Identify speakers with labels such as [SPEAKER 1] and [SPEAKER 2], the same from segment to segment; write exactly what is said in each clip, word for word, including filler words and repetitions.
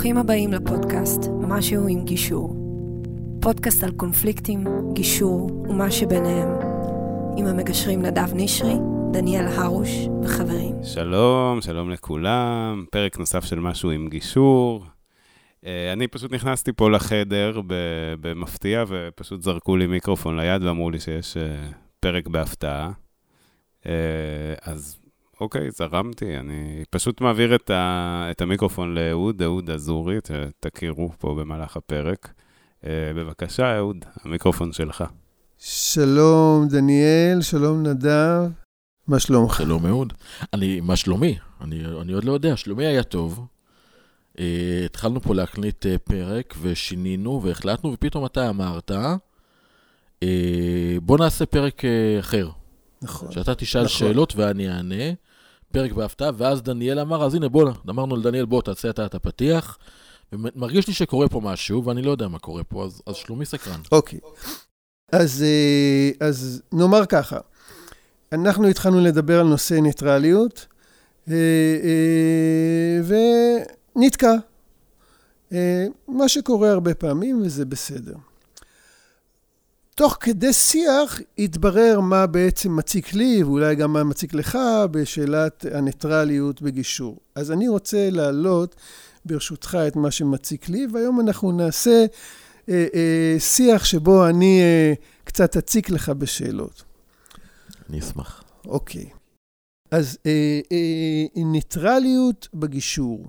[SPEAKER 1] ברוכים הבאים לפודקאסט משהו עם גישור. פודקאסט על קונפליקטים, גישור ומה שביניהם. עם המגשרים נדב נשרי, דניאל הרוש וחברים.
[SPEAKER 2] שלום, שלום לכולם. פרק נוסף של משהו עם גישור. אני פשוט נכנסתי פה לחדר במפתיע, ופשוט זרקו לי מיקרופון ליד ואמרו לי שיש פרק בהפתעה. אז אוקיי, זרמתי. אני פשוט מעביר את, ה, את המיקרופון לאהוד, אהוד אזורי, תכירו פה במהלך הפרק. בבקשה, אהוד, המיקרופון שלך.
[SPEAKER 3] שלום דניאל, שלום נדב. מה שלומך?
[SPEAKER 4] שלום אהוד. אני, מה שלומי? אני, אני עוד לא יודע. שלומי היה טוב. Uh, התחלנו פה להקליט uh, פרק ושינינו והחלטנו, ופתאום אתה אמרת, uh, בוא נעשה פרק uh, אחר.
[SPEAKER 3] נכון.
[SPEAKER 4] שאתה תשאל
[SPEAKER 3] נכון.
[SPEAKER 4] שאלות ואני אענה, פרק בהפתעה, ואז דניאל אמר, אז הנה בוא, אמרנו לדניאל, בוא תעשה אתה את הפתיח, ומרגיש לי שקורה פה משהו, ואני לא יודע מה קורה פה, אז, אז שלומי סקרן.
[SPEAKER 3] אוקיי. אז, uh, אז נאמר ככה, אנחנו התחלנו לדבר על נושא ניטרליות, uh, uh, ו... נתקע. מה שקורה הרבה פעמים, וזה בסדר. תוך כדי שיח, התברר מה בעצם מציק לי, ואולי גם מה מציק לך, בשאלת הניטרליות בגישור. אז אני רוצה להעלות, ברשותך, את מה שמציק לי, והיום אנחנו נעשה אה, אה, שיח שבו אני אה, קצת אציק לך בשאלות.
[SPEAKER 4] אני אשמח.
[SPEAKER 3] אוקיי. אז אה, אה, ניטרליות בגישור.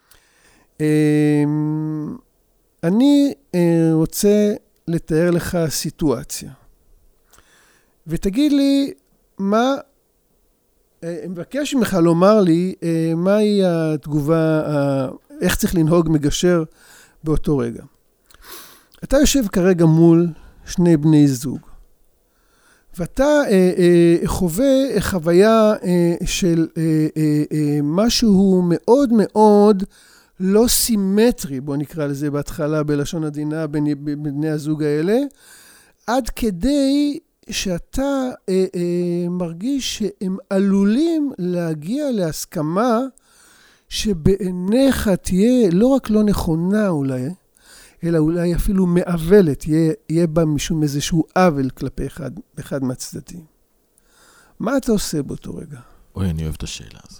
[SPEAKER 3] אני רוצה לתאר לך סיטואציה. ותגיד לי מה, אני מבקש ממך לומר לי מהי התגובה, איך צריך לנהוג מגשר באותו רגע. אתה יושב כרגע מול שני בני זוג. ואתה חווה חוויה של משהו מאוד מאוד לא סימטרי, בוא נקרא לזה בהתחלה בלשון עדינה בין בני הזוג האלה, עד כדי שאתה אה, אה, מרגיש שהם עלולים להגיע להסכמה שבעיניך תהיה לא רק לא נכונה אולי, אלא אולי אפילו מעוולת, יהיה, יהיה בה משום איזשהו עוול כלפי אחד, אחד מהצדדים. מה אתה עושה באותו רגע?
[SPEAKER 4] אוי, אני אוהב את השאלה הזו.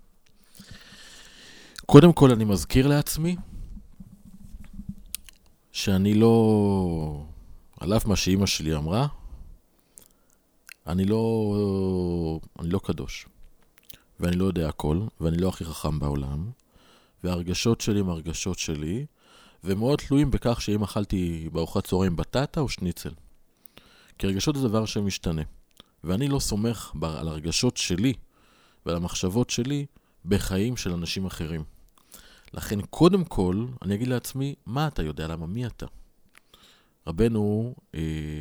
[SPEAKER 4] קודם כל אני מזכיר לעצמי שאני לא, על אף מה שאמא שלי אמרה, אני לא, אני לא קדוש, ואני לא יודע הכל, ואני לא הכי חכם בעולם, והרגשות שלי הם הרגשות שלי, ומאוד תלויים בכך שאם אכלתי בארוחת צהריים בטטה או שניצל. כי הרגשות זה דבר שמשתנה, ואני לא סומך על הרגשות שלי ועל המחשבות שלי בחיים של אנשים אחרים. לכן קודם כל אני אגיד לעצמי, מה אתה יודע? למה? מי אתה? רבנו אה,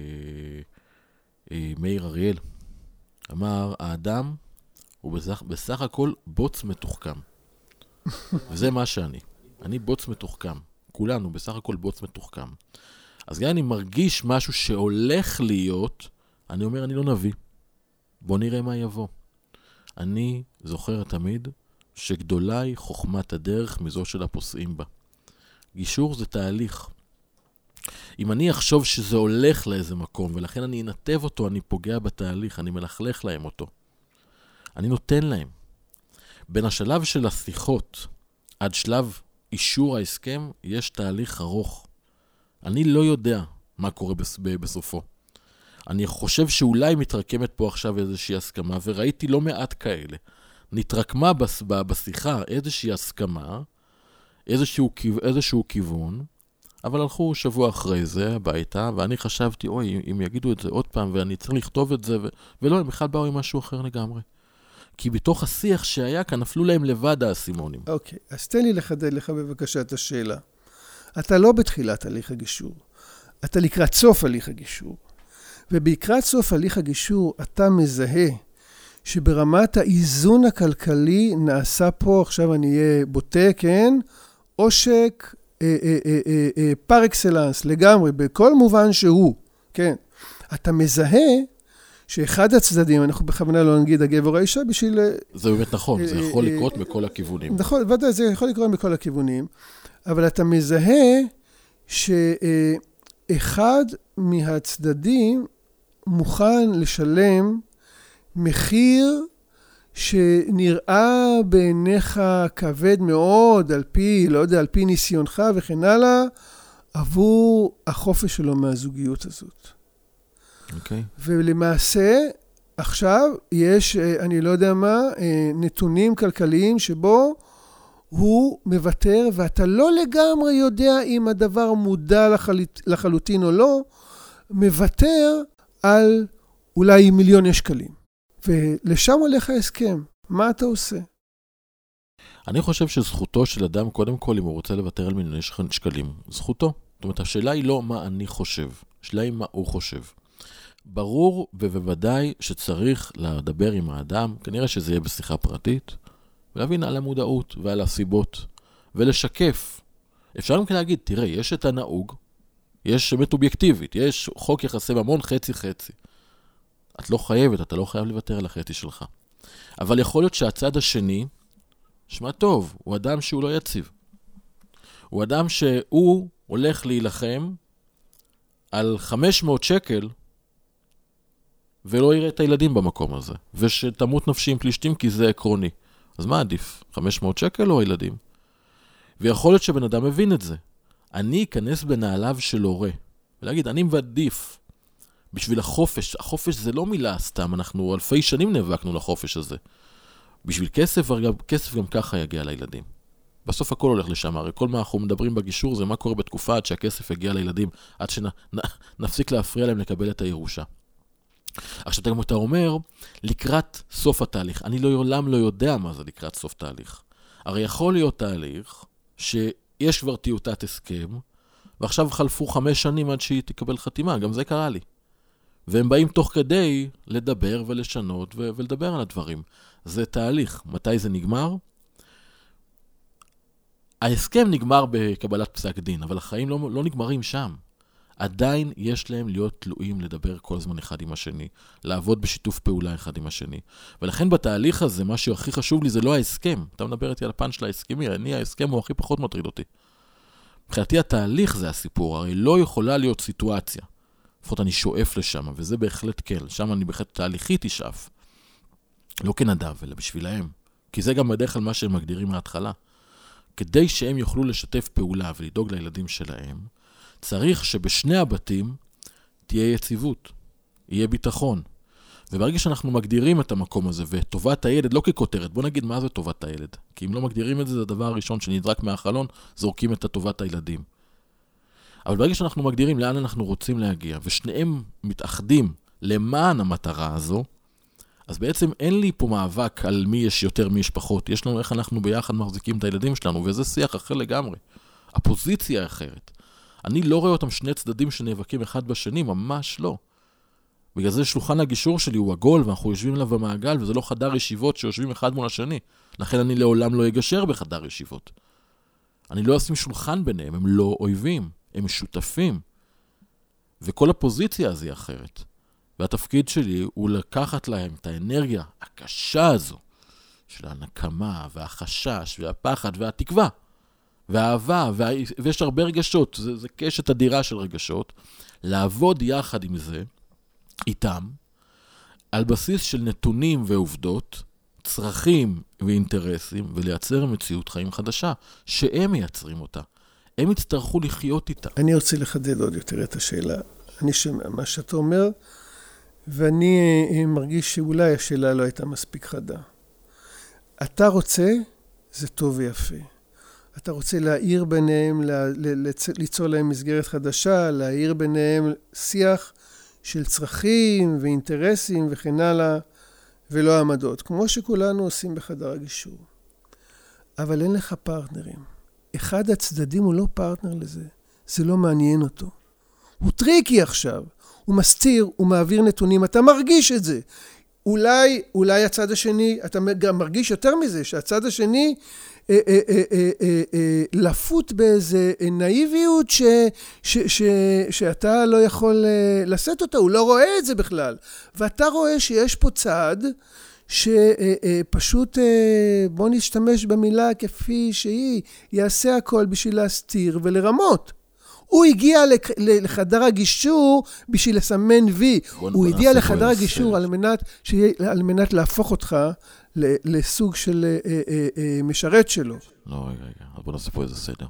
[SPEAKER 4] אה, מאיר אריאל אמר, האדם הוא בסך, בסך הכל בוץ מתוחכם. וזה מה שאני. אני בוץ מתוחכם. כולנו בסך הכל בוץ מתוחכם. אז גם אני מרגיש משהו שהולך להיות, אני אומר, אני לא נביא. בוא נראה מה יבוא. אני זוכר תמיד שגדולה היא חוכמת הדרך מזו של הפוסעים בה. גישור זה תהליך. אם אני אחשוב שזה הולך לאיזה מקום, ולכן אני אנתב אותו, אני פוגע בתהליך, אני מלכלך להם אותו. אני נותן להם. בין השלב של השיחות עד שלב אישור ההסכם, יש תהליך ארוך. אני לא יודע מה קורה בסופו. אני חושב שאולי מתרקמת פה עכשיו איזושהי הסכמה, וראיתי לא מעט כאלה. נתרקמה בשיחה איזושהי הסכמה, איזשהו, איזשהו כיוון, אבל הלכו שבוע אחרי זה הביתה, ואני חשבתי, אוי, אם יגידו את זה עוד פעם, ואני צריך לכתוב את זה, ו... ולא, הם בכלל באו עם משהו אחר לגמרי. כי בתוך השיח שהיה כאן, נפלו להם לבד האסימונים.
[SPEAKER 3] אוקיי, אז תן לי לחדד לך בבקשה את השאלה. אתה לא בתחילת הליך הגישור, אתה לקראת סוף הליך הגישור. ובקראת סוף הליך הגישור, אתה מזהה שברמת האיזון הכלכלי נעשה פה, עכשיו אני אהיה בוטה, כן? עושק אה, אה, אה, אה, אה, פר אקסלנס, לגמרי, בכל מובן שהוא, כן? אתה מזהה שאחד הצדדים, אנחנו בכוונה לא נגיד הגבר או האישה, בשביל...
[SPEAKER 4] זה באמת נכון, זה יכול לקרות בכל הכיוונים.
[SPEAKER 3] נכון, ודאי, זה יכול לקרות בכל הכיוונים, אבל אתה מזהה שאחד מהצדדים מוכן לשלם מחיר שנראה בעיניך כבד מאוד, על פי, לא יודע, על פי ניסיונך וכן הלאה, עבור החופש שלו מהזוגיות הזאת.
[SPEAKER 4] אוקיי. Okay.
[SPEAKER 3] ולמעשה, עכשיו יש, אני לא יודע מה, נתונים כלכליים שבו הוא מוותר, ואתה לא לגמרי יודע אם הדבר מודע לחלוטין או לא, מוותר על אולי מיליון שקלים. ולשם הולך ההסכם. מה אתה עושה?
[SPEAKER 4] אני חושב שזכותו של אדם, קודם כל, אם הוא רוצה לוותר על מיליוני שקלים, זכותו. זאת אומרת, השאלה היא לא מה אני חושב, השאלה היא מה הוא חושב. ברור ובוודאי שצריך לדבר עם האדם, כנראה שזה יהיה בשיחה פרטית, ולהבין על המודעות ועל הסיבות, ולשקף. אפשר גם להגיד, תראה, יש את הנהוג, יש אמת אובייקטיבית, יש חוק יחסי ממון חצי-חצי. את לא חייבת, אתה לא חייב לוותר על החצי שלך. אבל יכול להיות שהצד השני, שמה טוב, הוא אדם שהוא לא יציב. הוא אדם שהוא הולך להילחם על חמש מאות שקל, ולא יראה את הילדים במקום הזה. ושתמות נפשי עם פלישתים, כי זה עקרוני. אז מה עדיף? חמש מאות שקל או הילדים? ויכול להיות שבן אדם מבין את זה. אני אכנס בנעליו של הורה, ולהגיד, אני מעדיף בשביל החופש. החופש זה לא מילה סתם, אנחנו אלפי שנים נאבקנו לחופש הזה. בשביל כסף, כסף גם ככה יגיע לילדים. בסוף הכל הולך לשם, הרי כל מה אנחנו מדברים בגישור זה מה קורה בתקופה עד שהכסף יגיע לילדים, עד שנפסיק להפריע להם לקבל את הירושה. עכשיו גם אתה אומר, לקראת סוף התהליך, אני לעולם לא יודע מה זה לקראת סוף תהליך. הרי יכול להיות תהליך שיש כבר טיוטת הסכם, ועכשיו חלפו חמש שנים עד שהיא תקבל חתימה, גם זה קרה לי. והם באים תוך כדי לדבר ולשנות ו- ולדבר על הדברים. זה תהליך. מתי זה נגמר? ההסכם נגמר בקבלת פסק דין, אבל החיים לא, לא נגמרים שם. עדיין יש להם להיות תלויים לדבר כל הזמן אחד עם השני, לעבוד בשיתוף פעולה אחד עם השני. ולכן בתהליך הזה, מה שהכי חשוב לי זה לא ההסכם. אתה מדבר איתי על הפן של ההסכמי, אני ההסכם הוא הכי פחות מטריד אותי. מבחינתי התהליך זה הסיפור, הרי לא יכולה להיות סיטואציה. לפחות אני שואף לשם, וזה בהחלט כן. שם אני בהחלט תהליכית תשאף. לא כנדב, אלא בשבילהם. כי זה גם בדרך כלל מה שהם מגדירים מההתחלה. כדי שהם יוכלו לשתף פעולה ולדאוג לילדים שלהם, צריך שבשני הבתים תהיה יציבות, יהיה ביטחון. וברגע שאנחנו מגדירים את המקום הזה, וטובת הילד, לא ככותרת, בוא נגיד מה זה טובת הילד. כי אם לא מגדירים את זה, זה הדבר הראשון שנדרק מהחלון, זורקים את טובת הילדים. אבל ברגע שאנחנו מגדירים לאן אנחנו רוצים להגיע, ושניהם מתאחדים למען המטרה הזו, אז בעצם אין לי פה מאבק על מי יש יותר, מי יש פחות. יש לנו איך אנחנו ביחד מחזיקים את הילדים שלנו, וזה שיח אחר לגמרי. הפוזיציה אחרת. אני לא רואה אותם שני צדדים שנאבקים אחד בשני, ממש לא. בגלל זה שלוחן הגישור שלי הוא עגול, ואנחנו יושבים עליו במעגל, וזה לא חדר ישיבות שיושבים אחד מול השני. לכן אני לעולם לא אגשר בחדר ישיבות. אני לא אשים שולחן ביניהם, הם לא אויבים, הם שותפים. וכל הפוזיציה הזו היא אחרת. והתפקיד שלי הוא לקחת להם את האנרגיה הקשה הזו, של הנקמה והחשש והפחד והתקווה, והאהבה, וה... ויש הרבה רגשות, זה, זה קשת אדירה של רגשות, לעבוד יחד עם זה, איתם, על בסיס של נתונים ועובדות, צרכים ואינטרסים, ולייצר מציאות חיים חדשה, שהם מייצרים אותה. הם יצטרכו לחיות איתה.
[SPEAKER 3] אני רוצה לחדד עוד יותר את השאלה. אני שומע מה שאתה אומר, ואני מרגיש שאולי השאלה לא הייתה מספיק חדה. אתה רוצה, זה טוב ויפה. אתה רוצה להעיר ביניהם, ליצור להם מסגרת חדשה, להעיר ביניהם שיח של צרכים ואינטרסים וכן הלאה, ולא עמדות, כמו שכולנו עושים בחדר הגישור. אבל אין לך פרטנרים. אחד הצדדים הוא לא פרטנר לזה. זה לא מעניין אותו. הוא טריקי עכשיו. הוא מסתיר, הוא מעביר נתונים, אתה מרגיש את זה. אולי, אולי הצד השני, אתה גם מרגיש יותר מזה, שהצד השני אה, אה, אה, אה, אה, אה, לפות באיזה נאיביות ש, ש, ש, שאתה לא יכול אה, לשאת אותה, הוא לא רואה את זה בכלל. ואתה רואה שיש פה צעד שפשוט, בוא נשתמש במילה כפי שהיא, יעשה הכל בשביל להסתיר ולרמות. הוא הגיע לחדר הגישור בשביל לסמן וי. הוא הגיע לחדר הגישור על מנת, על מנת להפוך אותך לסוג של משרת שלו.
[SPEAKER 4] לא, רגע, רגע. בוא נעשה פה איזה סדר.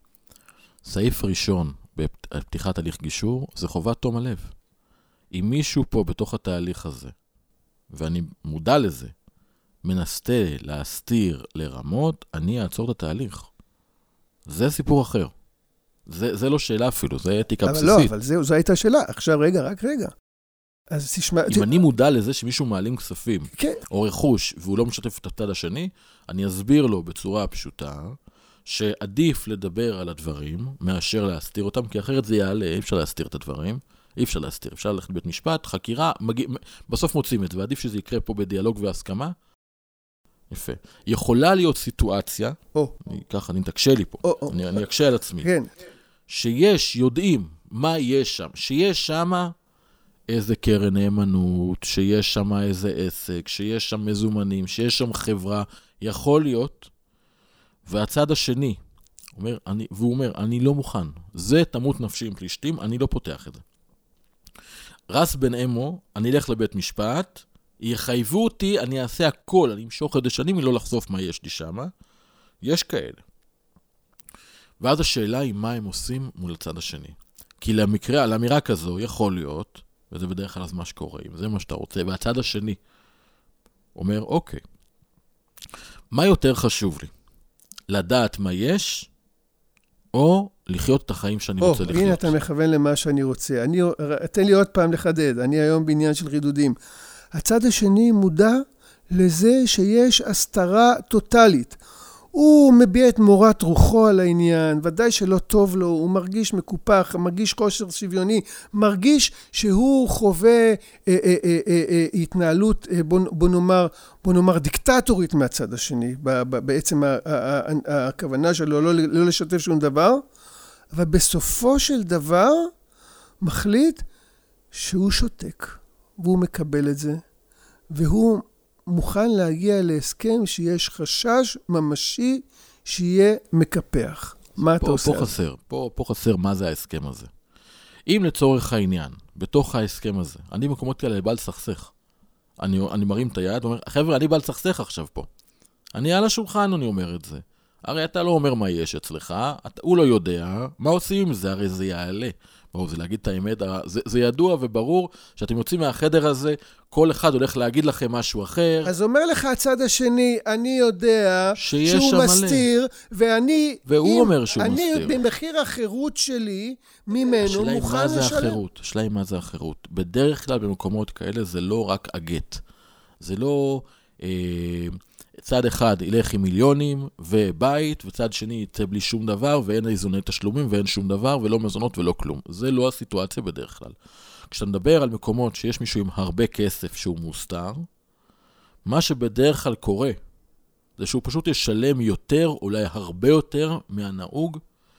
[SPEAKER 4] סעיף ראשון בפתיחת הליך גישור זה חובת תום הלב. אם מישהו פה בתוך התהליך הזה, ואני מודע לזה, מנסה להסתיר, לרמות, אני אעצור את התהליך. זה סיפור אחר. זה, זה לא שאלה אפילו, זה אתיקה
[SPEAKER 3] אבל
[SPEAKER 4] בסיסית.
[SPEAKER 3] אבל לא, אבל זה, זו הייתה שאלה. עכשיו, רגע, רק רגע. אז תשמע...
[SPEAKER 4] אם ת... אני מודע לזה שמישהו מעלים כספים,
[SPEAKER 3] כן.
[SPEAKER 4] או רכוש, והוא לא משתף את הצד השני, אני אסביר לו בצורה פשוטה, שעדיף לדבר על הדברים, מאשר להסתיר אותם, כי אחרת זה יעלה, אי אפשר להסתיר את הדברים. אי אפשר להסתיר, אפשר ללכת לבית משפט, חקירה, מגיע, בסוף מוצאים את זה, ועדיף שזה יקרה פה בדיאלוג והסכמה. יפה. יכולה להיות סיטואציה,
[SPEAKER 3] oh.
[SPEAKER 4] אני, ככה, אני תקשה לי פה,
[SPEAKER 3] oh, oh.
[SPEAKER 4] אני, אני אקשה על עצמי,
[SPEAKER 3] כן.
[SPEAKER 4] שיש, יודעים מה יש שם, שיש שם איזה קרן נאמנות, שיש שם איזה עסק, שיש שם מזומנים, שיש שם חברה, יכול להיות, והצד השני, אומר, אני, והוא אומר, אני לא מוכן, זה תמות נפשי עם פלישתים, אני לא פותח את זה. רס בן אמו, אני אלך לבית משפט, יחייבו אותי, אני אעשה הכל, אני אמשוך חודש שנים מלא לחשוף מה יש לי שם. יש כאלה. ואז השאלה היא מה הם עושים מול הצד השני. כי למקרה, על אמירה כזו יכול להיות, וזה בדרך כלל אז מה שקורה, אם זה מה שאתה רוצה, והצד השני אומר, אוקיי, מה יותר חשוב לי? לדעת מה יש, או לחיות את החיים שאני רוצה לחיות.
[SPEAKER 3] הנה אתה מכוון למה שאני רוצה. אני, תן לי עוד פעם לחדד, אני היום בעניין של רידודים. הצד השני מודע לזה שיש הסתרה טוטלית. הוא מביע את מורת רוחו על העניין, ודאי שלא טוב לו, הוא מרגיש מקופח, מרגיש כושר שוויוני, מרגיש שהוא חווה אה, אה, אה, אה, אה, התנהלות, אה, בוא, בוא, נאמר, בוא נאמר דיקטטורית מהצד השני, ב, ב, בעצם ה, ה, ה, ה, הכוונה שלו לא, לא לשתף שום דבר, אבל בסופו של דבר מחליט שהוא שותק, והוא מקבל את זה, והוא מוכן להגיע להסכם שיש חשש ממשי שיהיה מקפח. מה אתה עושה?
[SPEAKER 4] פה חסר, פה, פה חסר מה זה ההסכם הזה. אם לצורך העניין, בתוך ההסכם הזה, אני במקומות כאלה בא לסכסך, אני, אני מרים את היד ואומר, חבר'ה, אני בא לסכסך עכשיו פה. אני על השולחן, אני אומר את זה. הרי אתה לא אומר מה יש אצלך, אתה, הוא לא יודע, מה עושים עם זה? הרי זה יעלה. בואו, זה להגיד את האמת, זה, זה ידוע וברור שאתם יוצאים מהחדר הזה, כל אחד הולך להגיד לכם משהו אחר.
[SPEAKER 3] אז אומר לך הצד השני, אני יודע שהוא מסתיר, ואני...
[SPEAKER 4] והוא אם, אומר שהוא
[SPEAKER 3] אני
[SPEAKER 4] מסתיר.
[SPEAKER 3] אני במחיר החירות שלי, ממנו מוכן לשלם.
[SPEAKER 4] השאלה היא מה זה החירות. בדרך כלל במקומות כאלה זה לא רק הגט. זה לא... אה, צד אחד ילך עם מיליונים ובית, וצד שני יצא בלי שום דבר, ואין איזוני תשלומים ואין שום דבר, ולא מזונות ולא כלום. זה לא הסיטואציה בדרך כלל. כשאתה מדבר על מקומות שיש מישהו עם הרבה כסף שהוא מוסתר, מה שבדרך כלל קורה, זה שהוא פשוט ישלם יותר, אולי הרבה יותר מהנהוג,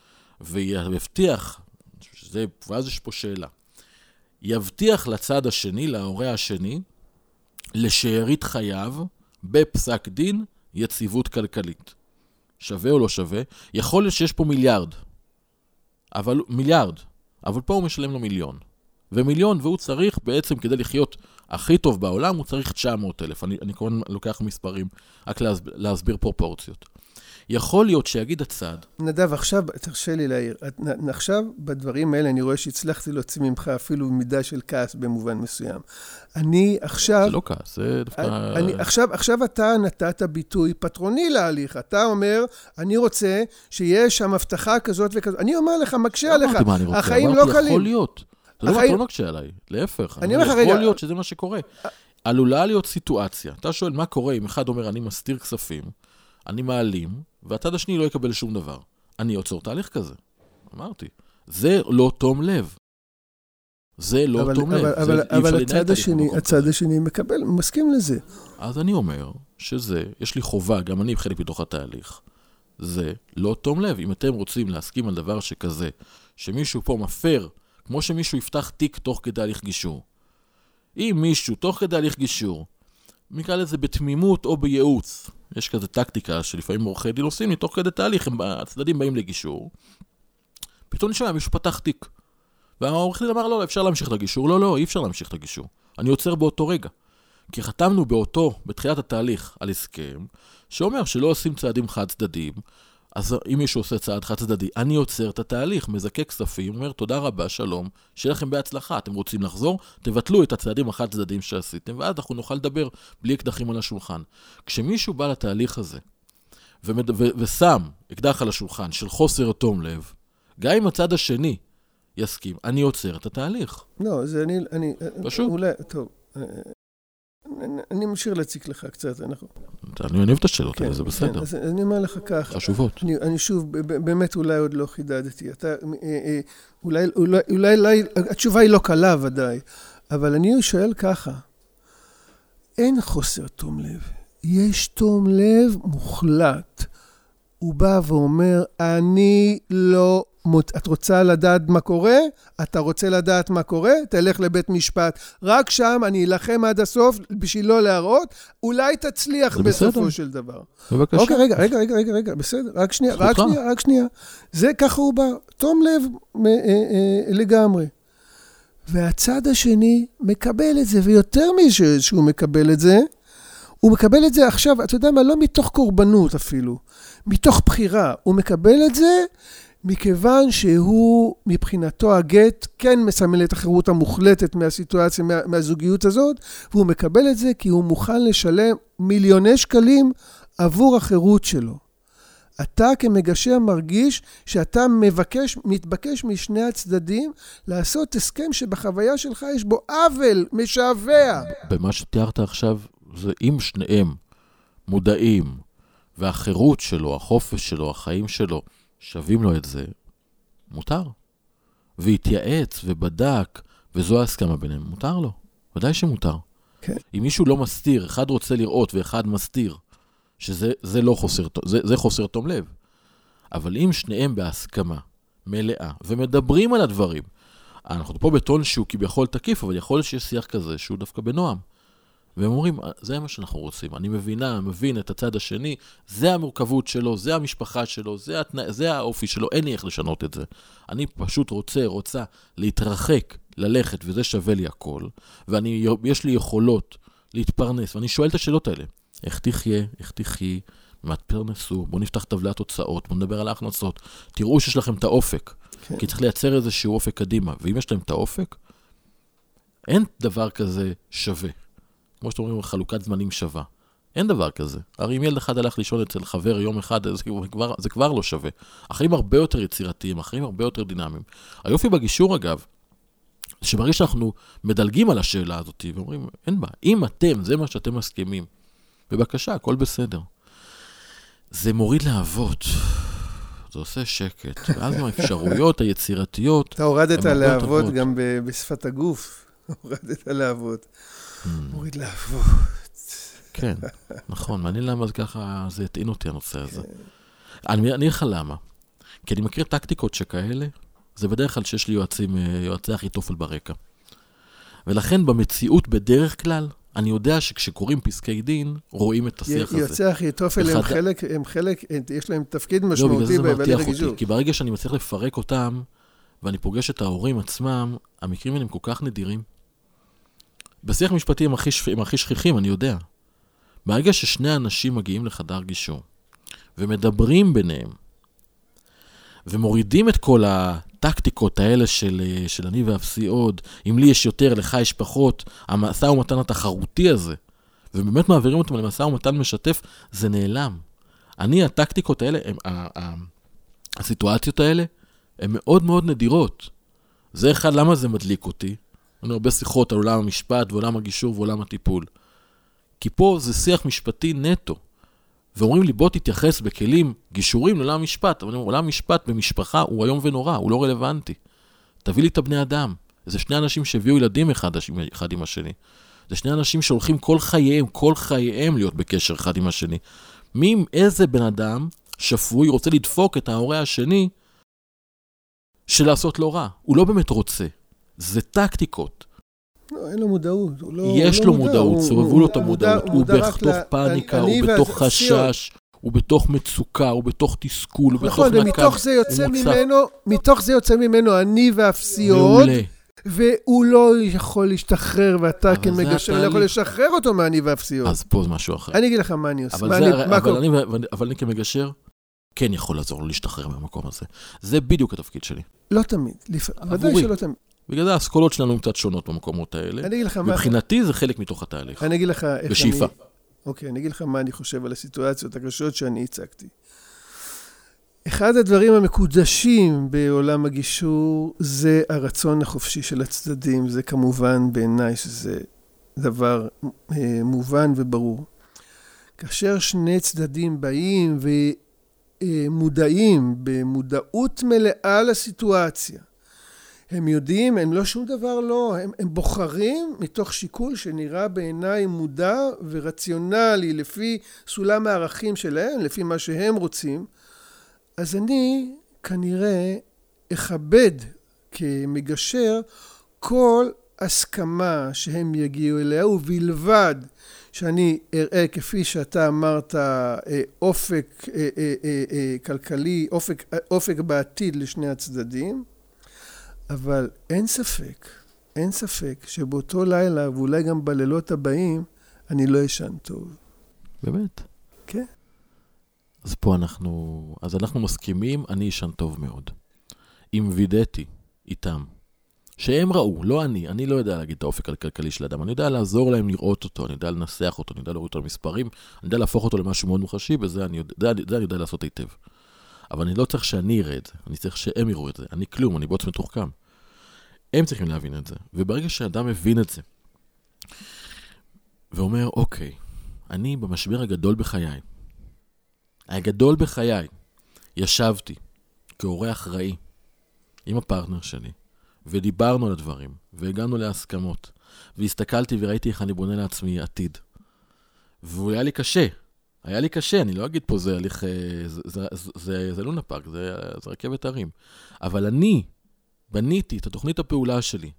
[SPEAKER 4] ויבטיח, שזה, ואז יש פה שאלה, יבטיח לצד השני, להורה השני, לשארית חייו, בפסק דין, יציבות כלכלית. שווה או לא שווה? יכול להיות שיש פה מיליארד. אבל, מיליארד. אבל פה הוא משלם לו מיליון. ומיליון, והוא צריך בעצם כדי לחיות הכי טוב בעולם, הוא צריך תשע מאות אלף. אני, אני כמובן לוקח מספרים, רק להסביר, להסביר פרופורציות. יכול להיות שיגיד הצד.
[SPEAKER 3] נדב, עכשיו, תרשה לי להעיר. עכשיו, בדברים האלה, אני רואה שהצלחתי להוציא ממך אפילו מידה של כעס במובן מסוים. אני עכשיו...
[SPEAKER 4] זה לא כעס, זה דווקא...
[SPEAKER 3] אני, עכשיו, עכשיו אתה נתת ביטוי פטרוני להליך. אתה אומר, אני רוצה שיש שם הבטחה כזאת וכזאת. אני אומר לך, מקשה עליך. החיים לא קלים.
[SPEAKER 4] יכול להיות. זה לא לא מקשה עליי. להפך. יכול להיות שזה מה שקורה. עלולה להיות סיטואציה. אתה שואל מה קורה אם אחד אומר, אני מסתיר כספים, אני מעלים, והצד השני לא יקבל שום דבר. אני יוצר תהליך כזה. אמרתי. זה לא תום לב. זה לא
[SPEAKER 3] אבל,
[SPEAKER 4] תום
[SPEAKER 3] אבל,
[SPEAKER 4] לב.
[SPEAKER 3] אבל, אבל הצד השני, הצד השני מקבל, מסכים לזה.
[SPEAKER 4] אז אני אומר שזה, יש לי חובה, גם אני חלק בתוך התהליך, זה לא תום לב. אם אתם רוצים להסכים על דבר שכזה, שמישהו פה מפר, כמו שמישהו יפתח תיק תוך כדי הליך גישור. אם מישהו תוך כדי הליך גישור, נקרא לזה בתמימות או בייעוץ, יש כזה טקטיקה שלפעמים עורכי דין עושים לי תוך כדי תהליך, הצדדים באים לגישור, פתאום נשמע, מישהו פתח תיק. והעורך דין אמר, לא, אפשר להמשיך את הגישור. לא, לא, אי אפשר להמשיך את הגישור. אני עוצר באותו רגע. כי חתמנו באותו, בתחילת התהליך, על הסכם, שאומר שלא עושים צעדים חד צדדים, אז אם מישהו עושה צעד חד צדדי, אני עוצר את התהליך, מזכה כספים, אומר, תודה רבה, שלום, שיהיה לכם בהצלחה, אתם רוצים לחזור, תבטלו את הצעדים החד צדדים שעשיתם, ואז אנחנו נוכל לדבר בלי אקדחים על השולחן. כשמישהו בא לתהליך הזה, ומד... ו... ושם אקדח על השולחן של חוסר תום לב, גם אם הצד השני יסכים, אני עוצר את התהליך.
[SPEAKER 3] לא, זה אני... אני
[SPEAKER 4] פשוט.
[SPEAKER 3] אולי, טוב, אני משאיר להציק לך קצת, אנחנו...
[SPEAKER 4] אני אוהב את השאלות האלה, זה בסדר.
[SPEAKER 3] אז אני אומר לך כך.
[SPEAKER 4] חשובות.
[SPEAKER 3] אני שוב, באמת אולי עוד לא חידדתי. אתה, אולי, אולי, התשובה היא לא קלה ודאי, אבל אני שואל ככה, אין חוסר תום לב. יש תום לב מוחלט. הוא בא ואומר, אני לא... את רוצה לדעת מה קורה? אתה רוצה לדעת מה קורה? תלך לבית משפט. רק שם אני אלחם עד הסוף בשביל לא להראות. אולי תצליח בסופו של דבר.
[SPEAKER 4] בבקשה.
[SPEAKER 3] אוקיי, רגע, רגע, רגע, רגע, רגע, בסדר. רק שנייה, רק שנייה, רק שנייה. זה ככה הוא בא. תום לב לגמרי. והצד השני מקבל את זה, ויותר מזה שהוא מקבל את זה, הוא מקבל את זה עכשיו, אתה יודע מה, לא מתוך קורבנות אפילו, מתוך בחירה. הוא מקבל את זה מכיוון שהוא מבחינתו הגט כן מסמל את החירות המוחלטת מהסיטואציה, מה, מהזוגיות הזאת, והוא מקבל את זה כי הוא מוכן לשלם מיליוני שקלים עבור החירות שלו. אתה כמגשר מרגיש שאתה מבקש, מתבקש משני הצדדים לעשות הסכם שבחוויה שלך יש בו עוול משעבע.
[SPEAKER 4] במה שתיארת עכשיו, זה אם שניהם מודעים, והחירות שלו, החופש שלו, החיים שלו, שווים לו את זה, מותר. והתייעץ ובדק, וזו ההסכמה ביניהם, מותר לו. ודאי שמותר.
[SPEAKER 3] כן.
[SPEAKER 4] אם מישהו לא מסתיר, אחד רוצה לראות ואחד מסתיר, שזה זה לא חוסר, זה, זה חוסר תום לב. אבל אם שניהם בהסכמה מלאה, ומדברים על הדברים, אנחנו פה בטון שהוא כביכול תקיף, אבל יכול שיש שיח כזה שהוא דווקא בנועם. והם אומרים, זה מה שאנחנו רוצים. אני מבינה, מבין את הצד השני, זה המורכבות שלו, זה המשפחה שלו, זה, התנא, זה האופי שלו, אין לי איך לשנות את זה. אני פשוט רוצה, רוצה להתרחק, ללכת, וזה שווה לי הכל, ויש לי יכולות להתפרנס, ואני שואל את השאלות האלה. איך תחיה, איך תחי, מה תפרנסו, בואו נפתח טבלת הוצאות, בואו נדבר על ההכנסות, תראו שיש לכם את האופק, כן. כי צריך לייצר איזשהו אופק קדימה, ואם יש להם את האופק, אין דבר כזה שווה. כמו שאתם אומרים, חלוקת זמנים שווה. אין דבר כזה. הרי אם ילד אחד הלך לישון אצל חבר יום אחד, זה כבר, זה כבר לא שווה. החיים הרבה יותר יצירתיים, החיים הרבה יותר דינמיים. היופי בגישור, אגב, שברגע שאנחנו מדלגים על השאלה הזאת, ואומרים, אין בה, אם אתם, זה מה שאתם מסכימים, בבקשה, הכל בסדר. זה מוריד להבות. זה עושה שקט. ואז עם האפשרויות היצירתיות...
[SPEAKER 3] אתה הורדת להבות גם בשפת הגוף. הורדת להבות. מוריד להבות.
[SPEAKER 4] כן, נכון. מעניין למה זה ככה, זה יטעין אותי הנושא הזה. אני אגיד לך למה. כי אני מכיר טקטיקות שכאלה, זה בדרך כלל שיש לי יועצים, יועצי אחיתופל ברקע. ולכן במציאות בדרך כלל, אני יודע שכשקוראים פסקי דין, רואים את השיח הזה.
[SPEAKER 3] יועצי אחיתופל הם חלק, הם חלק, יש להם תפקיד משמעותי בהליך הגישור.
[SPEAKER 4] כי ברגע שאני מצליח לפרק אותם, ואני פוגש את ההורים עצמם, המקרים האלה הם כל כך נדירים. בשיח משפטי הם הכי, הם הכי שכיחים, אני יודע. ברגע ששני אנשים מגיעים לחדר גישור, ומדברים ביניהם, ומורידים את כל הטקטיקות האלה של, של אני ואפסי עוד, אם לי יש יותר, לך יש פחות, המסע ומתן התחרותי הזה, ובאמת מעבירים אותם למסע ומתן משתף, זה נעלם. אני, הטקטיקות האלה, הם, ה, ה, הסיטואציות האלה, הן מאוד מאוד נדירות. זה אחד, למה זה מדליק אותי? אני הרבה שיחות על עולם המשפט, ועולם הגישור, ועולם הטיפול. כי פה זה שיח משפטי נטו. ואומרים לי, בוא תתייחס בכלים גישורים לעולם המשפט. אבל עולם המשפט במשפחה הוא היום ונורא, הוא לא רלוונטי. תביא לי את הבני אדם. זה שני אנשים שהביאו ילדים אחד, אחד עם השני. זה שני אנשים שהולכים כל חייהם, כל חייהם להיות בקשר אחד עם השני. מי, איזה בן אדם שפוי, רוצה לדפוק את ההורה השני של לעשות לו רע. הוא לא באמת רוצה. זה טקטיקות.
[SPEAKER 3] לא, אין לו מודעות. לא,
[SPEAKER 4] יש
[SPEAKER 3] לא
[SPEAKER 4] לו
[SPEAKER 3] מודע.
[SPEAKER 4] מודעות,
[SPEAKER 3] הוא,
[SPEAKER 4] סובבו
[SPEAKER 3] הוא,
[SPEAKER 4] לו את המודעות. הוא, הוא בתוך
[SPEAKER 3] לה...
[SPEAKER 4] פאניקה,
[SPEAKER 3] אני,
[SPEAKER 4] הוא
[SPEAKER 3] אני
[SPEAKER 4] בתוך
[SPEAKER 3] והפסיעות.
[SPEAKER 4] חשש, הוא בתוך מצוקה, הוא בתוך תסכול, הוא
[SPEAKER 3] נכון,
[SPEAKER 4] בתוך נקם.
[SPEAKER 3] ומתוך זה יוצא ממנו, מתוך זה יוצא ממנו אני והפסיעות.
[SPEAKER 4] מעולה.
[SPEAKER 3] והוא לא יכול להשתחרר, ואתה כמגשר לא יכול לשחרר אותו מהני והפסיעות.
[SPEAKER 4] אז פה זה משהו אחר.
[SPEAKER 3] אני אגיד לך מה אני עושה.
[SPEAKER 4] אבל, זה, אני, אבל, אני, אבל אני כמגשר כן יכול לעזור לו להשתחרר מהמקום הזה. זה בדיוק התפקיד שלי.
[SPEAKER 3] לא תמיד. ודאי שלא תמיד.
[SPEAKER 4] בגלל זה האסכולות שלנו קצת שונות במקומות האלה.
[SPEAKER 3] אני אגיד לך מה...
[SPEAKER 4] מבחינתי זה חלק מתוך התהליך.
[SPEAKER 3] אני אגיד לך איך
[SPEAKER 4] בשאיפה.
[SPEAKER 3] אני... אוקיי, אני אגיד לך מה אני חושב על הסיטואציות הקשות שאני הצגתי. אחד הדברים המקודשים בעולם הגישור זה הרצון החופשי של הצדדים. זה כמובן בעיניי שזה דבר אה, מובן וברור. כאשר שני צדדים באים ומודעים במודעות מלאה לסיטואציה, הם יודעים, הם לא שום דבר לא, הם, הם בוחרים מתוך שיקול שנראה בעיניי מודע ורציונלי לפי סולם הערכים שלהם, לפי מה שהם רוצים, אז אני כנראה אכבד כמגשר כל הסכמה שהם יגיעו אליה, ובלבד שאני אראה כפי שאתה אמרת אופק כלכלי, אופק, אופק בעתיד לשני הצדדים, אבל אין ספק, אין ספק שבאותו לילה ואולי גם בלילות הבאים אני לא ישן טוב.
[SPEAKER 4] באמת?
[SPEAKER 3] כן.
[SPEAKER 4] אז פה אנחנו, אז אנחנו מסכימים, אני ישן טוב מאוד. אם וידאתי איתם, שהם ראו, לא אני, אני לא יודע להגיד את האופק הכלכלי של האדם, אני יודע לעזור להם לראות אותו, אני יודע לנסח אותו, אני יודע לראות אותו למספרים, אני יודע להפוך אותו למשהו מאוד מוחשי, וזה אני יודע, זה אני יודע לעשות היטב. אבל אני לא צריך שאני אראה את זה, אני צריך שהם יראו את זה, אני כלום, אני בוץ מתוחכם. הם צריכים להבין את זה, וברגע שהאדם מבין את זה, ואומר, אוקיי, אני במשבר הגדול בחיי, הגדול בחיי, ישבתי כהורה אחראי עם הפרטנר שלי, ודיברנו על הדברים, והגענו להסכמות, והסתכלתי וראיתי איך אני בונה לעצמי עתיד. והוא היה לי קשה, היה לי קשה, אני לא אגיד פה זה הליך, זה, זה, זה, זה, זה לונה פארק, זה, זה רכבת הרים. אבל אני בניתי את התוכנית הפעולה שלי,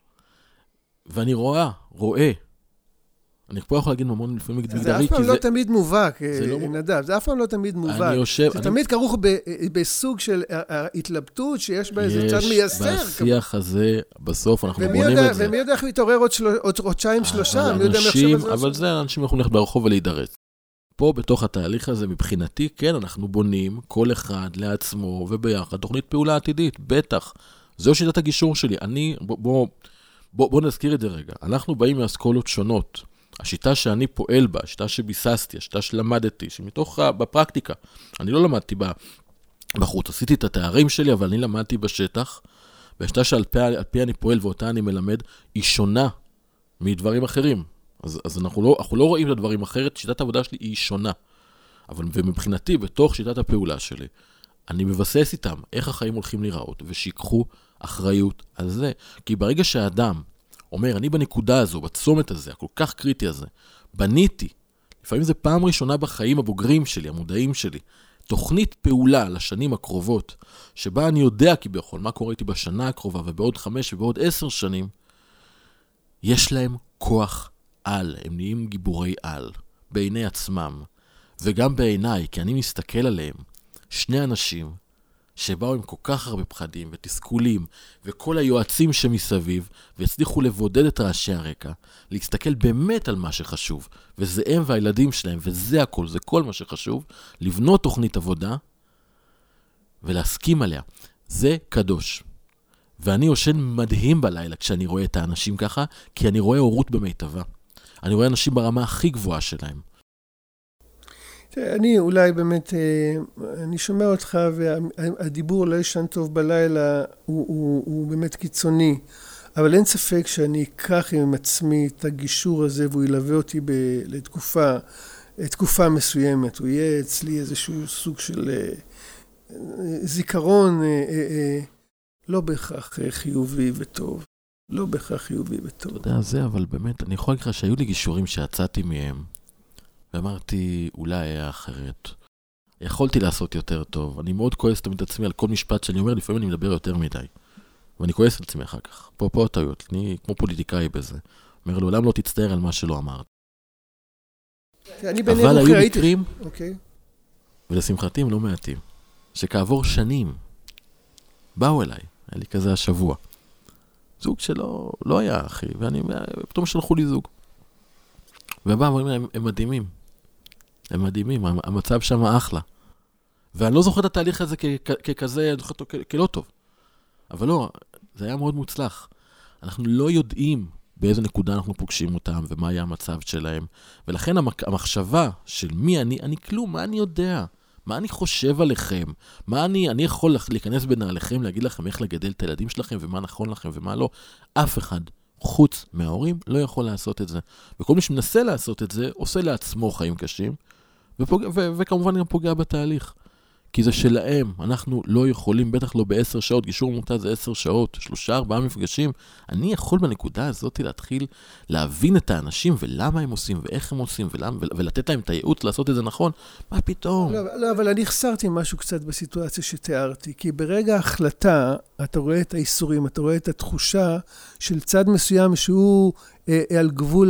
[SPEAKER 4] ואני רואה, רואה, אני פה יכול להגיד ממון לפעמים מגדרי,
[SPEAKER 3] זה אף פעם לא תמיד מובהק, נדב, זה אף פעם לא תמיד מובהק. זה תמיד כרוך בסוג של התלבטות שיש בה איזה צד מייסר.
[SPEAKER 4] יש בשיח הזה, בסוף אנחנו בונים את זה.
[SPEAKER 3] ומי יודע איך להתעורר עוד חודשיים שלושה, מי יודע איך שזה.
[SPEAKER 4] אבל זה אנשים יכולים ללכת ברחוב ולהידרס. פה בתוך התהליך הזה, מבחינתי, כן, אנחנו בונים כל אחד לעצמו וביחד תוכנית פעולה עתידית, בטח. זו שיטת הגישור שלי. אני, בוא, בוא, בוא, בוא נזכיר את זה רגע. אנחנו באים מאסכולות שונות. השיטה שאני פועל בה, השיטה שביססתי, השיטה שלמדתי, שמתוך, בפרקטיקה, אני לא למדתי בחוץ, עשיתי את התארים שלי, אבל אני למדתי בשטח, והשיטה שעל פי, על פי אני פועל ואותה אני מלמד, היא שונה מדברים אחרים. אז, אז אנחנו לא, אנחנו לא רואים את הדברים אחרת, שיטת העבודה שלי היא שונה. אבל ומבחינתי, בתוך שיטת הפעולה שלי, אני מבסס איתם איך החיים הולכים להיראות, ושיקחו אחריות על זה. כי ברגע שהאדם אומר, אני בנקודה הזו, בצומת הזה, הכל כך קריטי הזה, בניתי, לפעמים זה פעם ראשונה בחיים הבוגרים שלי, המודעים שלי, תוכנית פעולה לשנים הקרובות, שבה אני יודע כי בכל מה קורה איתי בשנה הקרובה, ובעוד חמש ובעוד עשר שנים, יש להם כוח על, הם נהיים גיבורי על, בעיני עצמם, וגם בעיניי, כי אני מסתכל עליהם, שני אנשים, שבאו עם כל כך הרבה פחדים ותסכולים, וכל היועצים שמסביב, והצליחו לבודד את רעשי הרקע, להסתכל באמת על מה שחשוב, וזה הם והילדים שלהם, וזה הכל, זה כל מה שחשוב, לבנות תוכנית עבודה, ולהסכים עליה. זה קדוש. ואני יושן מדהים בלילה כשאני רואה את האנשים ככה, כי אני רואה הורות במיטבה. אני רואה אנשים ברמה הכי גבוהה שלהם.
[SPEAKER 3] אני אולי באמת, אני שומע אותך והדיבור לא ישן טוב בלילה הוא, הוא, הוא באמת קיצוני, אבל אין ספק שאני אקח עם עצמי את הגישור הזה והוא ילווה אותי ב, לתקופה, תקופה מסוימת. הוא יהיה אצלי איזשהו סוג של זיכרון לא בהכרח חיובי וטוב. לא בהכרח חיובי וטוב.
[SPEAKER 4] אתה יודע, זה אבל באמת, אני יכול להגיד לך שהיו לי גישורים שיצאתי מהם, ואמרתי, אולי היה אחרת. יכולתי לעשות יותר טוב. אני מאוד כועס תמיד את עצמי על כל משפט שאני אומר, לפעמים אני מדבר יותר מדי. ואני כועס על עצמי אחר כך. פה, פה הטעויות. אני כמו פוליטיקאי בזה. אומר, לעולם לא תצטער על מה שלא אמרת. אבל היו מקרים, ולשמחתי הם לא מעטים, שכעבור שנים באו אליי, היה לי כזה השבוע. זוג שלא לא היה אחי, ואני פתאום שלחו לי זוג. ובא, הם, הם מדהימים. הם מדהימים, המצב שם אחלה. ואני לא זוכר את התהליך הזה ככזה, אני זוכר אותו כלא טוב. אבל לא, זה היה מאוד מוצלח. אנחנו לא יודעים באיזו נקודה אנחנו פוגשים אותם, ומה היה המצב שלהם. ולכן המחשבה של מי אני, אני כלום, מה אני יודע? מה אני חושב עליכם? מה אני, אני יכול להיכנס בנעליכם, להגיד לכם איך לגדל את הילדים שלכם, ומה נכון לכם ומה לא? אף אחד, חוץ מההורים, לא יכול לעשות את זה. וכל מי שמנסה לעשות את זה, עושה לעצמו חיים קשים, ופוגע, ו- וכמובן גם פוגע בתהליך. כי זה שלהם, אנחנו לא יכולים, בטח לא בעשר שעות, גישור מוטה זה עשר שעות, שלושה, ארבעה מפגשים. אני יכול בנקודה הזאת להתחיל להבין את האנשים ולמה הם עושים ואיך הם עושים ולמה, ולתת להם את הייעוץ לעשות את זה נכון. מה פתאום?
[SPEAKER 3] לא, לא, אבל אני חסרתי משהו קצת בסיטואציה שתיארתי, כי ברגע ההחלטה, אתה רואה את האיסורים, אתה רואה את התחושה של צד מסוים שהוא אה, על גבול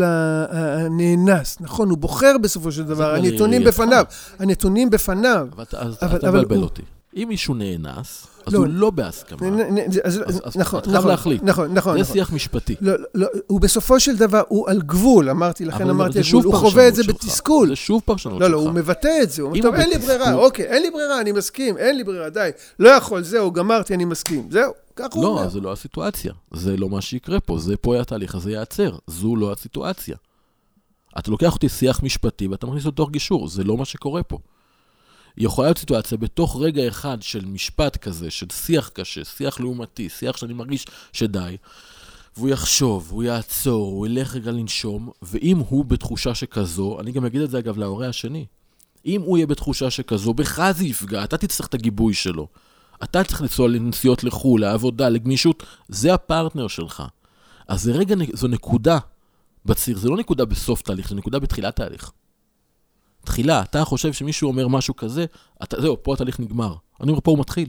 [SPEAKER 3] הנאנס. נכון, הוא בוחר בסופו של דבר, הנתונים בפניו, הנתונים בפניו.
[SPEAKER 4] אז אתה מבלבל אותי. אם מישהו נאנס, אז הוא לא בהסכמה. אז אתה חייב להחליט.
[SPEAKER 3] נכון, נכון.
[SPEAKER 4] זה שיח משפטי.
[SPEAKER 3] לא, הוא בסופו של דבר, הוא על גבול, אמרתי, לכן אמרתי, הוא חווה את זה בתסכול.
[SPEAKER 4] זה שוב פרשנות שלך.
[SPEAKER 3] לא, לא, הוא מבטא את זה. הוא אומר, טוב, אין לי ברירה, אוקיי, אין לי ברירה, אני מסכים, אין לי ברירה, די. לא יכול, זהו, גמרתי, אני מסכים. זהו, כך הוא אומר.
[SPEAKER 4] לא, זה לא הסיטואציה. זה לא מה שיקרה פה. זה פה התהליך הזה ייעצר. זו לא הסיטואציה. אתה לוקח אותי שיח משפטי, ואתה מכניס אותו תוך גישור. זה לא מה שקורה פה. יכולה להיות סיטואציה בתוך רגע אחד של משפט כזה, של שיח קשה, שיח לעומתי, שיח שאני מרגיש שדי, והוא יחשוב, הוא יעצור, הוא ילך רגע לנשום, ואם הוא בתחושה שכזו, אני גם אגיד את זה אגב להורה השני, אם הוא יהיה בתחושה שכזו, בך זה יפגע, אתה תצטרך את הגיבוי שלו, אתה צריך לנסוע לנסיעות לחו"ל, לעבודה, לגמישות, זה הפרטנר שלך. אז זה רגע, זו נקודה בציר, זה לא נקודה בסוף תהליך, זה נקודה בתחילת תהליך. תחילה, אתה חושב שמישהו אומר משהו כזה, אתה, זהו, פה התהליך נגמר. אני אומר, פה הוא מתחיל.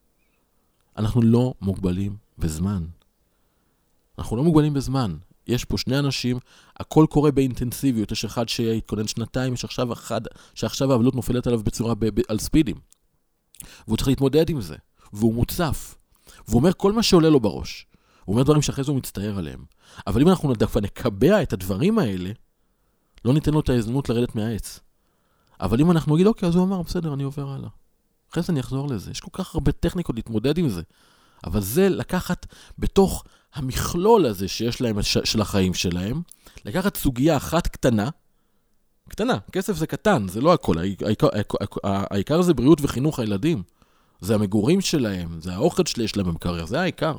[SPEAKER 4] אנחנו לא מוגבלים בזמן. אנחנו לא מוגבלים בזמן. יש פה שני אנשים, הכל קורה באינטנסיביות, יש אחד שיתכונן שנתיים, יש עכשיו אחד, שעכשיו העבלות נופלת עליו בצורה ב- ב- על ספידים. והוא צריך להתמודד עם זה. והוא מוצף. והוא אומר כל מה שעולה לו בראש. הוא אומר דברים שאחרי זה הוא מצטער עליהם. אבל אם אנחנו דווקא נקבע את הדברים האלה, לא ניתן לו את ההזדמנות לרדת מהעץ. אבל אם אנחנו נגיד, אוקיי, אז הוא אמר, בסדר, אני עובר הלאה. אחרי זה אני אחזור לזה. יש כל כך הרבה טכניקות להתמודד עם זה. אבל זה לקחת בתוך המכלול הזה שיש להם, של החיים שלהם, לקחת סוגיה אחת קטנה, קטנה, כסף זה קטן, זה לא הכל. העיקר, העיקר זה בריאות וחינוך הילדים. זה המגורים שלהם, זה האוכל שיש להם במקרר, זה העיקר.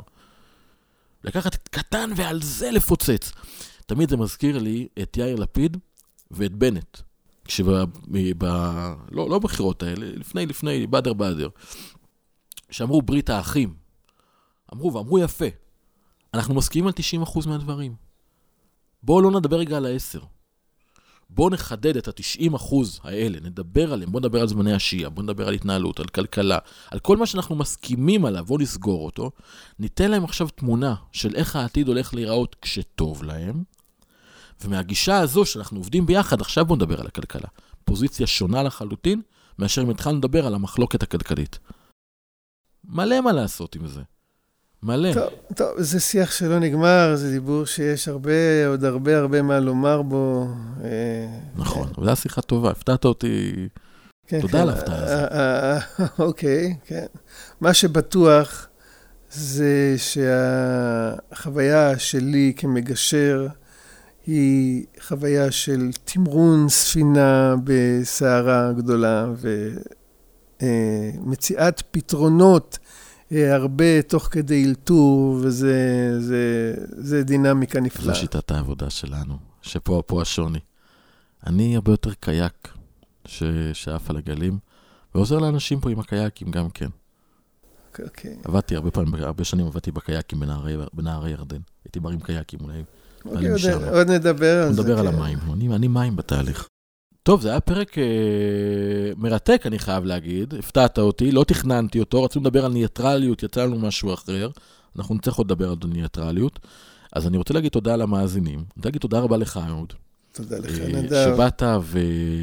[SPEAKER 4] לקחת קטן ועל זה לפוצץ. תמיד זה מזכיר לי את יאיר לפיד ואת בנט. כשב... ב... לא, לא בחירות האלה, לפני, לפני, באדר באדר, שאמרו ברית האחים. אמרו, ואמרו יפה. אנחנו מסכימים על תשעים אחוז מהדברים. בואו לא נדבר רגע על העשר. בואו נחדד את ה-תשעים אחוז האלה, נדבר עליהם, בואו נדבר על זמני השיעה, בואו נדבר על התנהלות, על כלכלה, על כל מה שאנחנו מסכימים עליו, בואו נסגור אותו, ניתן להם עכשיו תמונה של איך העתיד הולך להיראות כשטוב להם, ומהגישה הזו שאנחנו עובדים ביחד, עכשיו בואו נדבר על הכלכלה. פוזיציה שונה לחלוטין, מאשר אם התחלנו לדבר על המחלוקת הכלכלית. מלא מה לעשות עם זה. מלא.
[SPEAKER 3] טוב, טוב, זה שיח שלא נגמר, זה דיבור שיש הרבה, עוד הרבה הרבה מה לומר בו.
[SPEAKER 4] נכון, אבל זו שיחה טובה, הפתעת אותי. תודה על ההפתעה הזאת.
[SPEAKER 3] אוקיי, כן. מה שבטוח זה שהחוויה שלי כמגשר, היא חוויה של תמרון ספינה בסערה גדולה, ומציאת פתרונות הרבה תוך כדי אילתור, וזה זה, זה דינמיקה נפלאה.
[SPEAKER 4] זו שיטת העבודה שלנו, שפה פה השוני. אני הרבה יותר קייק ששאף על הגלים, ועוזר לאנשים פה עם הקייקים גם כן.
[SPEAKER 3] אוקיי.
[SPEAKER 4] עבדתי הרבה פעמים, הרבה שנים עבדתי בקייקים בנהרי, בנהרי ירדן. הייתי מרים קייקים אולי.
[SPEAKER 3] אוקיי, עוד, עוד נדבר על זה.
[SPEAKER 4] נדבר על המים. אני, אני מים בתהליך. טוב, זה היה פרק אה, מרתק, אני חייב להגיד. הפתעת אותי, לא תכננתי אותו, רצינו לדבר על ניטרליות, יצא לנו משהו אחר. אנחנו נצטרך עוד לדבר על ניטרליות. אז אני רוצה להגיד תודה על המאזינים. אני רוצה להגיד תודה רבה לך, אהוד.
[SPEAKER 3] תודה לך,
[SPEAKER 4] אה,
[SPEAKER 3] נדב.
[SPEAKER 4] שבאת ו...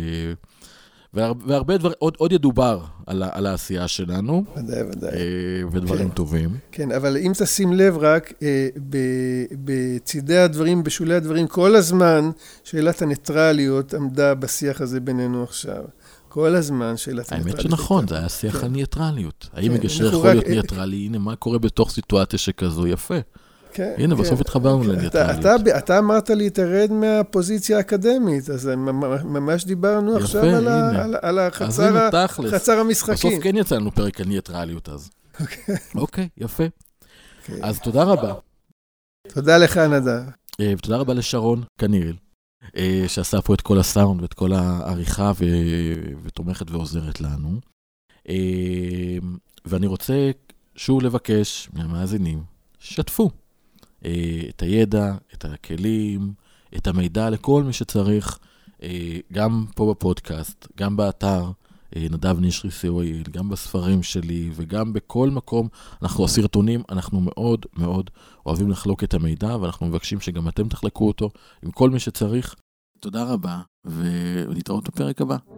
[SPEAKER 4] והרבה דברים, עוד, עוד ידובר על, על העשייה שלנו.
[SPEAKER 3] ודאי, ודאי.
[SPEAKER 4] אה, ודברים
[SPEAKER 3] כן.
[SPEAKER 4] טובים.
[SPEAKER 3] כן, אבל אם תשים לב רק, אה, בצידי הדברים, בשולי הדברים, כל הזמן שאלת הניטרליות עמדה בשיח הזה בינינו עכשיו. כל הזמן שאלת הניטרליות.
[SPEAKER 4] האמת שנכון, זה היה שיח
[SPEAKER 3] כן.
[SPEAKER 4] על ניטרליות. האם
[SPEAKER 3] כן,
[SPEAKER 4] מגשר
[SPEAKER 3] אנחנו
[SPEAKER 4] יכול
[SPEAKER 3] רק-
[SPEAKER 4] להיות ניטרלי? הנה, מה קורה בתוך סיטואציה שכזו? יפה.
[SPEAKER 3] כן,
[SPEAKER 4] הנה,
[SPEAKER 3] כן.
[SPEAKER 4] בסוף התחברנו
[SPEAKER 3] אתה,
[SPEAKER 4] לניטרליות.
[SPEAKER 3] אתה, אתה אמרת לי, תרד מהפוזיציה האקדמית, אז ממש דיברנו
[SPEAKER 4] יפה,
[SPEAKER 3] עכשיו על, ה,
[SPEAKER 4] הנה.
[SPEAKER 3] על, על
[SPEAKER 4] אז
[SPEAKER 3] החצר,
[SPEAKER 4] הנה,
[SPEAKER 3] ה,
[SPEAKER 4] תכלס.
[SPEAKER 3] חצר המשחקים.
[SPEAKER 4] בסוף כן יצא לנו פרק על ניטרליות אז. אוקיי, יפה.
[SPEAKER 3] אוקיי.
[SPEAKER 4] אז תודה רבה.
[SPEAKER 3] תודה לך, נדב.
[SPEAKER 4] אה, ותודה רבה לשרון קניאל, אה, שעשה פה את כל הסאונד ואת כל העריכה ו- ותומכת ועוזרת לנו. אה, ואני רוצה שוב לבקש מהמאזינים, שתפו אה, את הידע, את הכלים, את המידע לכל מי שצריך, אה, גם פה בפודקאסט, גם באתר, אה, נדב נשרי סי או איל, גם בספרים שלי וגם בכל מקום. אנחנו הסרטונים, אנחנו מאוד מאוד אוהבים לחלוק את המידע, ואנחנו מבקשים שגם אתם תחלקו אותו עם כל מי שצריך. תודה רבה, ונתראות בפרק הבא.